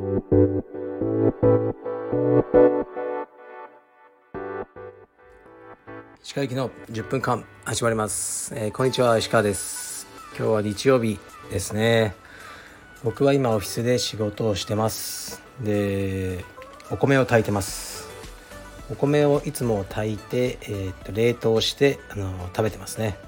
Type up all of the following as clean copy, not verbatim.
石川行きの10分間始まります。こんにちは、石川です。今日は日曜日ですね。僕は今オフィスで仕事をしてます。で、お米を炊いてます。お米をいつも炊いて、冷凍して食べてますね。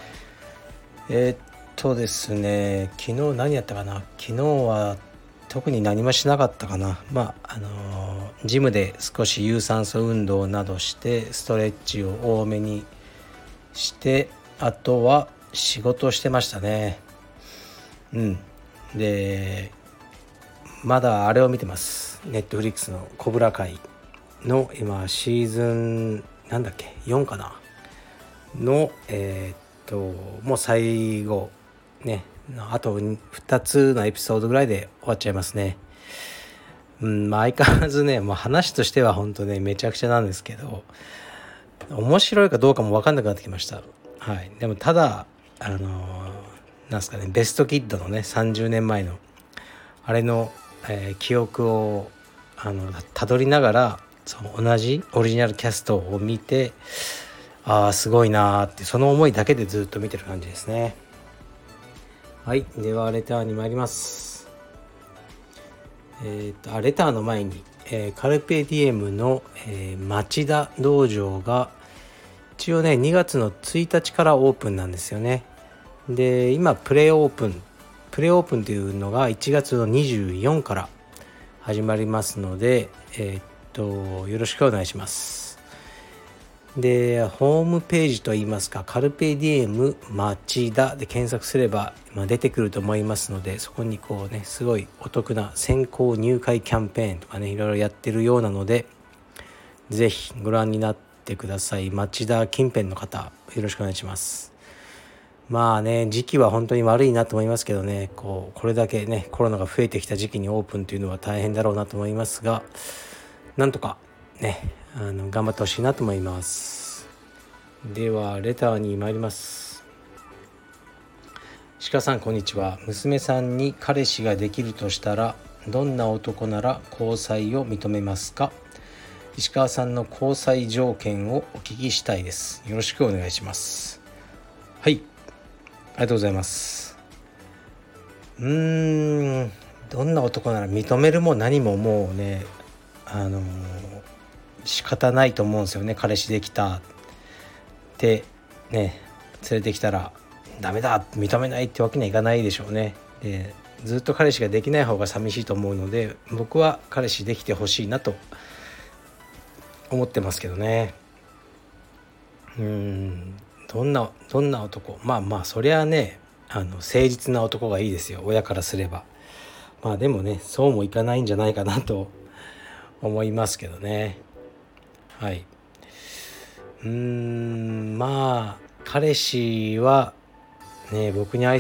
ですね、昨日何やったかな。昨日は特に何もしなかったかな。ジムで少し有酸素運動などしてストレッチを多めにして、あとは仕事をしてましたね。で、まだあれを見てます。ネットフリックスのコブラ会の今シーズン4かなのもう最後ね、あと2つのエピソードぐらいで終わっちゃいますね。相変わらずね、話としては本当ねめちゃくちゃなんですけど、面白いかどうかも分かんなくなってきました。でもただベストキッドのね30年前のあれの、記憶をたどりながら、同じオリジナルキャストを見て、すごいなーって、その思いだけでずっと見てる感じですね。ではレターに参ります。レターの前に、カルペディエムの、町田道場が一応ね2月の1日からオープンなんですよね。で、今プレオープンというのが1月の24から始まりますので、よろしくお願いします。で、ホームページといいますか、カルペディエム町田で検索すれば、出てくると思いますので、そこにすごいお得な先行入会キャンペーンとかね、いろいろやってるようなので、ぜひご覧になってください。町田近辺の方、よろしくお願いします。時期は本当に悪いなと思いますけどね、これだけねコロナが増えてきた時期にオープンというのは大変だろうなと思いますが、なんとかね頑張ってほしいなと思います。ではレターに参ります。鹿さん、こんにちは。娘さんに彼氏ができるとしたらどんな男なら交際を認めますか？石川さんの交際条件をお聞きしたいです。よろしくお願いします。ありがとうございます。どんな男なら認めるも何ももうね仕方ないと思うんですよね。彼氏できたってね連れてきたらダメだ認めないってわけにはいかないでしょうね。で、ずっと彼氏ができない方が寂しいと思うので、僕は彼氏できてほしいなと思ってますけどね。どんな男、そりゃね誠実な男がいいですよ、親からすれば。でもね、そうもいかないんじゃないかなと思いますけどね。彼氏はね、僕に挨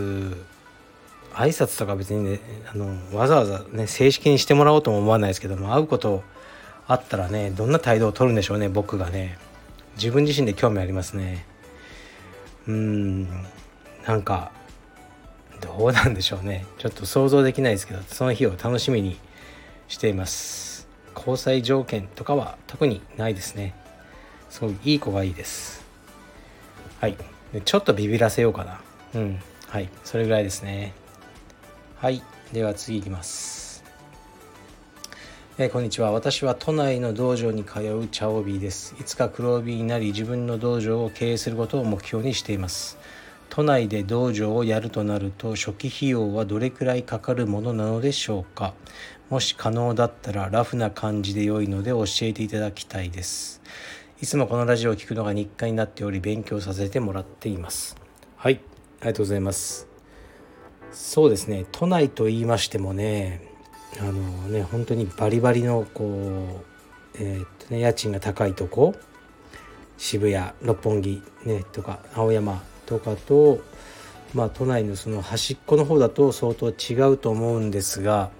拶とか別にねわざわざね正式にしてもらおうとも思わないですけども、会うことあったらね、どんな態度を取るんでしょうね。僕がね、自分自身で興味ありますね。どうなんでしょうね。ちょっと想像できないですけど、その日を楽しみにしています。交際条件とかは特にないですね。すごいいい子がいいです。ちょっとビビらせようかな。それぐらいですね。では次いきます。こんにちは。私は都内の道場に通うチャオビーです。いつか黒帯になり自分の道場を経営することを目標にしています。都内で道場をやるとなると初期費用はどれくらいかかるものなのでしょうか？もし可能だったらラフな感じで良いので教えていただきたいです。いつもこのラジオを聞くのが日課になっており勉強させてもらっています。ありがとうございます。そうですね、都内と言いましてもね、本当にバリバリの家賃が高いとこ、渋谷、六本木ねとか青山とかと、都内のその端っこの方だと相当違うと思うんですが、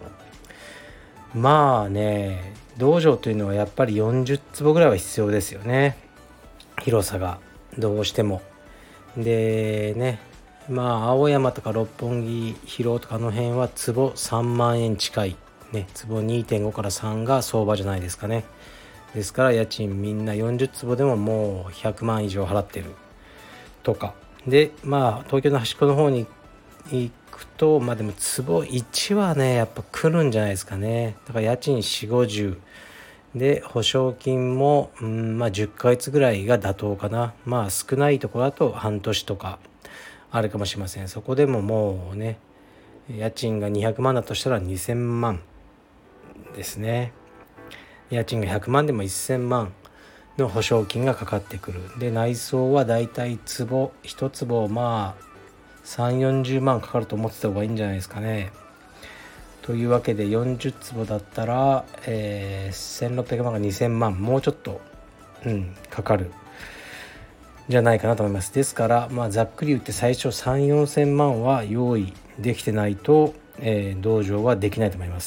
道場というのはやっぱり40坪ぐらいは必要ですよね、広さがどうしても。でね、青山とか六本木広尾とかの辺は坪3万円近いね、坪2.5 から3が相場じゃないですかね。ですから家賃みんな40坪でももう100万以上払ってるとかで、東京の端っこの方に行くとでも坪1はねやっぱ来るんじゃないですかね。だから家賃4、50で保証金も10ヶ月ぐらいが妥当かな。少ないところだと半年とかあるかもしれません。そこでももうね家賃が200万だとしたら2000万ですね。家賃が100万でも1000万の保証金がかかってくる。で内装はだいたい坪1坪3、40万かかると思ってた方がいいんじゃないですかね。というわけで40坪だったら、1600万が2000万もうちょっと、かかるじゃないかなと思います。ですからざっくり言って最初3、4000万は用意できてないと、道場はできないと思います。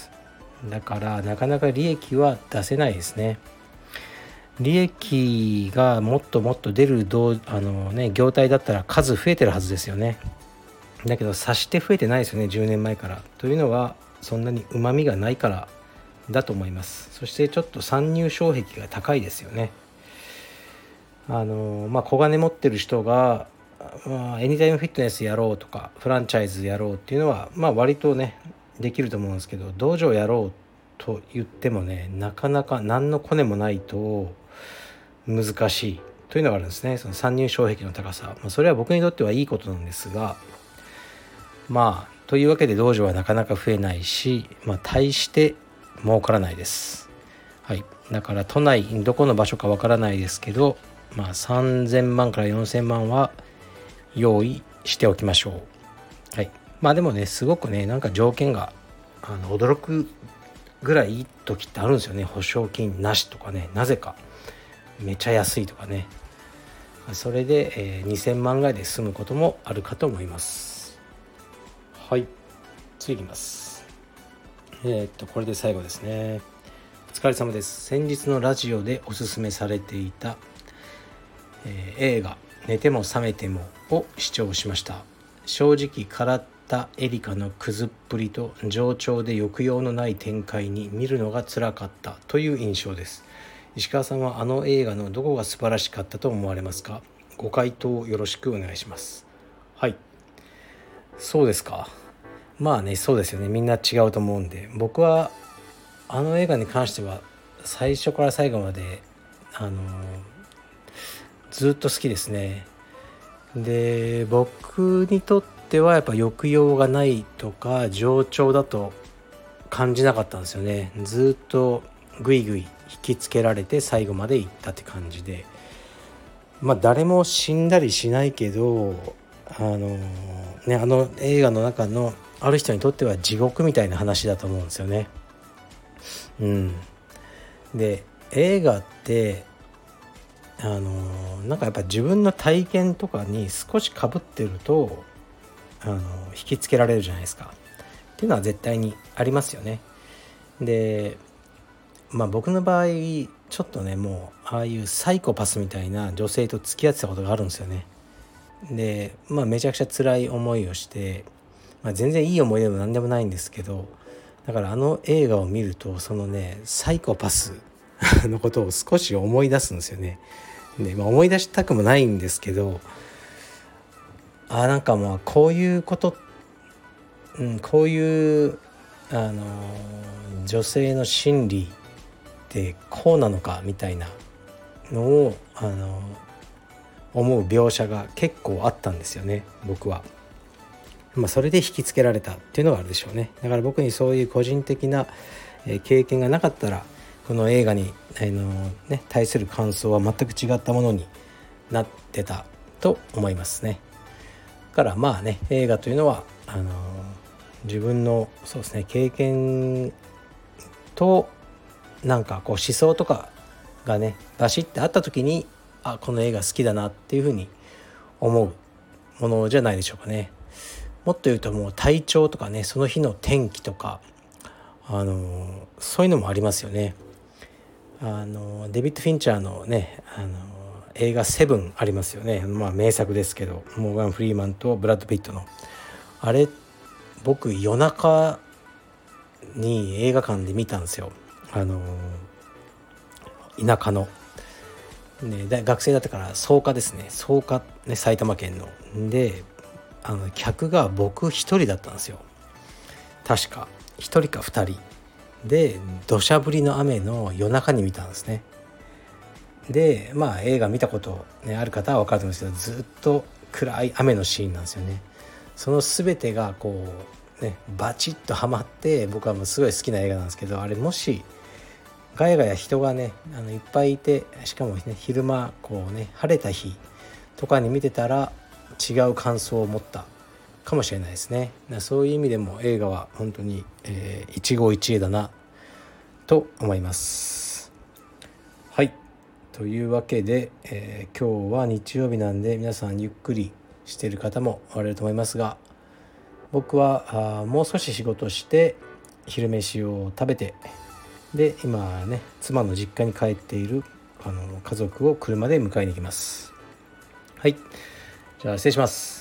だからなかなか利益は出せないですね。利益がもっともっと出る業態だったら数増えてるはずですよね。だけど察して増えてないですよね、10年前から。というのはそんなに旨味がないからだと思います。そしてちょっと参入障壁が高いですよね。小金持ってる人が、エニタイムフィットネスやろうとかフランチャイズやろうっていうのは割とねできると思うんですけど、道場やろうと言ってもねなかなか何のコネもないと難しいというのがあるんですね。その参入障壁の高さ、それは僕にとってはいいことなんですが、というわけで道場はなかなか増えないし、大して儲からないです。はい、だから都内どこの場所かわからないですけど、3000万から4000万は用意しておきましょう。はい、でもねすごくね条件が驚くぐらいいい時ってあるんですよね。保証金なしとかね、なぜかめちゃ安いとかね。それで、2000万ぐらいで済むこともあるかと思います。はい、次いきます。これで最後ですね。お疲れ様です。先日のラジオでおすすめされていた、映画寝ても覚めてもを視聴しました。正直唐田エリカのクズっぷりと冗長で抑揚のない展開に見るのが辛かったという印象です。石川さんはあの映画のどこが素晴らしかったと思われますか？ご回答よろしくお願いします。はい、そうですか。そうですよね。みんな違うと思うんで、僕はあの映画に関しては最初から最後までずっと好きですね。で僕にとってはやっぱ抑揚がないとか冗長だと感じなかったんですよね。ずっとぐいぐい引きつけられて最後まで行ったって感じで、誰も死んだりしないけどあの映画の中のある人にとっては地獄みたいな話だと思うんですよね。で映画ってやっぱ自分の体験とかに少し被ってると引きつけられるじゃないですかっていうのは絶対にありますよね。で僕の場合ちょっとねもうああいうサイコパスみたいな女性と付き合ってたことがあるんですよね。でめちゃくちゃ辛い思いをして、全然いい思いでも何でもないんですけど、だからあの映画を見るとそのねサイコパスのことを少し思い出すんですよね。で、思い出したくもないんですけど、こういうこと、こういう女性の心理ってこうなのかみたいなのを思う描写が結構あったんですよね、僕は。それで引きつけられたっていうのがあるでしょうね。だから僕にそういう個人的な経験がなかったらこの映画に対する感想は全く違ったものになってたと思いますね。だから映画というのは自分のそうですね経験と思想とかがねバシッてあった時にこの映画好きだなっていうふうに思うものじゃないでしょうかね。もっと言うともう体調とかね、その日の天気とかそういうのもありますよね。デビッド・フィンチャーのね映画セブンありますよね。名作ですけど、モーガン・フリーマンとブラッド・ピットのあれ、僕夜中に映画館で見たんですよ。田舎の、ね、学生だったから草加ですね。草加ね、埼玉県ので客が僕一人だったんですよ。確か一人か二人で土砂降りの雨の夜中に見たんですね。で映画見たこと、ね、ある方は分かると思うんですけど、ずっと暗い雨のシーンなんですよね。その全てがこうねバチッとはまって、僕はもうすごい好きな映画なんですけど、あれもしガヤガヤ人がねいっぱいいて、しかもね昼間こうね晴れた日とかに見てたら違う感想を持ったかもしれないですね。そういう意味でも映画は本当に、一期一会だなと思います。はい、というわけで、今日は日曜日なんで皆さんゆっくりしている方もおられると思いますが、僕はもう少し仕事して昼飯を食べて、で今ね妻の実家に帰っている家族を車で迎えに行きます。はい、じゃあ失礼します。